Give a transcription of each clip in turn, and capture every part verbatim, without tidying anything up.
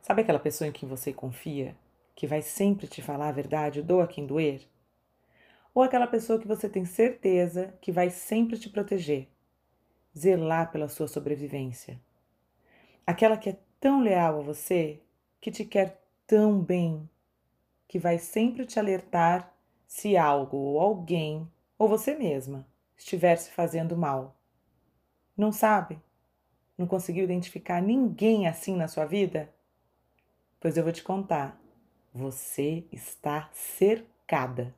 Sabe aquela pessoa em quem você confia, que vai sempre te falar a verdade, doa quem doer? Ou aquela pessoa que você tem certeza que vai sempre te proteger, zelar pela sua sobrevivência? Aquela que é tão leal a você, que te quer tão bem, que vai sempre te alertar se algo ou alguém, ou você mesma, estiver se fazendo mal. Não sabe? Não conseguiu identificar ninguém assim na sua vida? Pois eu vou te contar. Você está cercada.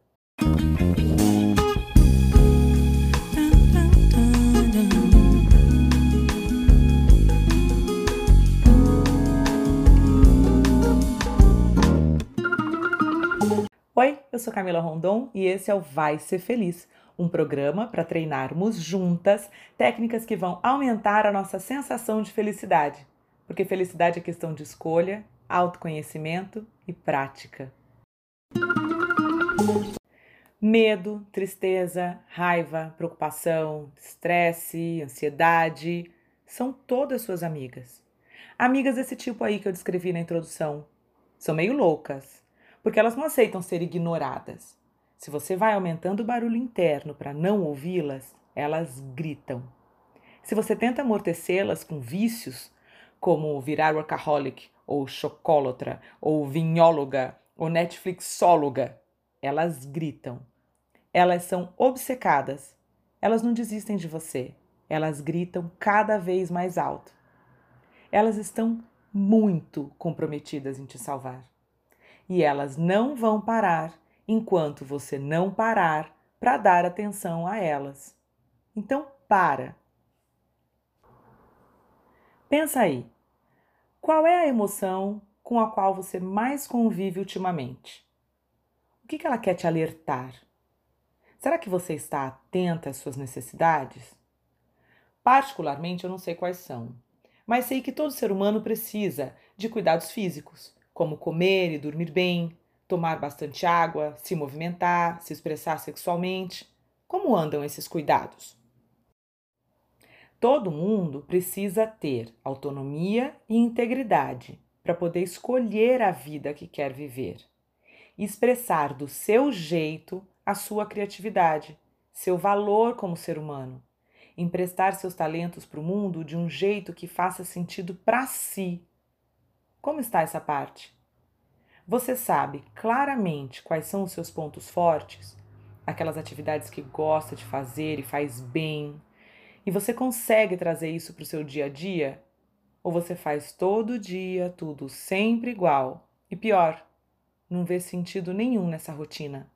Oi, eu sou Camila Rondon e esse é o Vai Ser Feliz, um programa para treinarmos juntas técnicas que vão aumentar a nossa sensação de felicidade, porque felicidade é questão de escolha, autoconhecimento e prática. Medo, tristeza, raiva, preocupação, estresse, ansiedade, são todas suas amigas. Amigas desse tipo aí que eu descrevi na introdução. São meio loucas, porque elas não aceitam ser ignoradas. Se você vai aumentando o barulho interno para não ouvi-las, elas gritam. Se você tenta amortecê-las com vícios, como virar workaholic, ou chocólatra, ou vinhóloga, ou netflixóloga, elas gritam. Elas são obcecadas. Elas não desistem de você. Elas gritam cada vez mais alto. Elas estão muito comprometidas em te salvar. E elas não vão parar enquanto você não parar para dar atenção a elas. Então, para. Pensa aí. Qual é a emoção com a qual você mais convive ultimamente? O que ela quer te alertar? Será que você está atenta às suas necessidades? Particularmente, eu não sei quais são, mas sei que todo ser humano precisa de cuidados físicos, como comer e dormir bem, tomar bastante água, se movimentar, se expressar sexualmente. Como andam esses cuidados? Todo mundo precisa ter autonomia e integridade para poder escolher a vida que quer viver e expressar do seu jeito a sua criatividade, seu valor como ser humano, emprestar seus talentos para o mundo de um jeito que faça sentido para si. Como está essa parte? Você sabe claramente quais são os seus pontos fortes? Aquelas atividades que gosta de fazer e faz bem? E você consegue trazer isso para o seu dia a dia? Ou você faz todo dia tudo sempre igual? E pior, não vê sentido nenhum nessa rotina.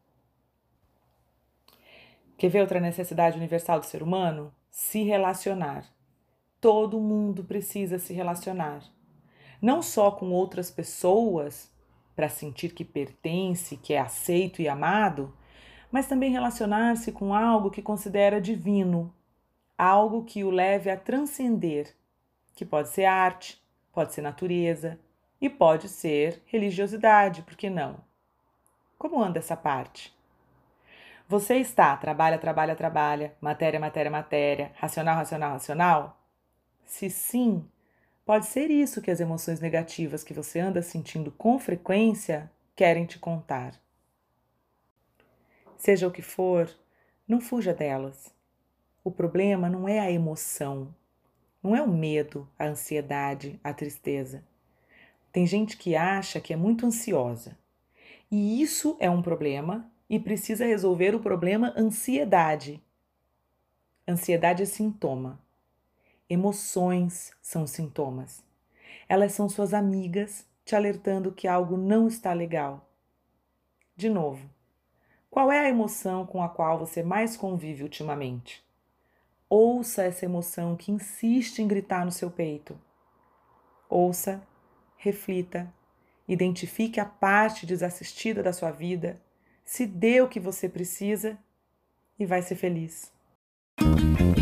Quer ver outra necessidade universal do ser humano? Se relacionar. Todo mundo precisa se relacionar. Não só com outras pessoas, para sentir que pertence, que é aceito e amado, mas também relacionar-se com algo que considera divino, algo que o leve a transcender, que pode ser arte, pode ser natureza e pode ser religiosidade, por que não? Como anda essa parte? Você está, trabalha, trabalha, trabalha, matéria, matéria, matéria, racional, racional, racional? Se sim, pode ser isso que as emoções negativas que você anda sentindo com frequência querem te contar. Seja o que for, não fuja delas. O problema não é a emoção, não é o medo, a ansiedade, a tristeza. Tem gente que acha que é muito ansiosa. E isso é um problema e precisa resolver o problema ansiedade. Ansiedade é sintoma. Emoções são sintomas. Elas são suas amigas te alertando que algo não está legal. De novo, qual é a emoção com a qual você mais convive ultimamente? Ouça essa emoção que insiste em gritar no seu peito. Ouça, reflita, identifique a parte desassistida da sua vida, se dê o que você precisa e vai ser feliz.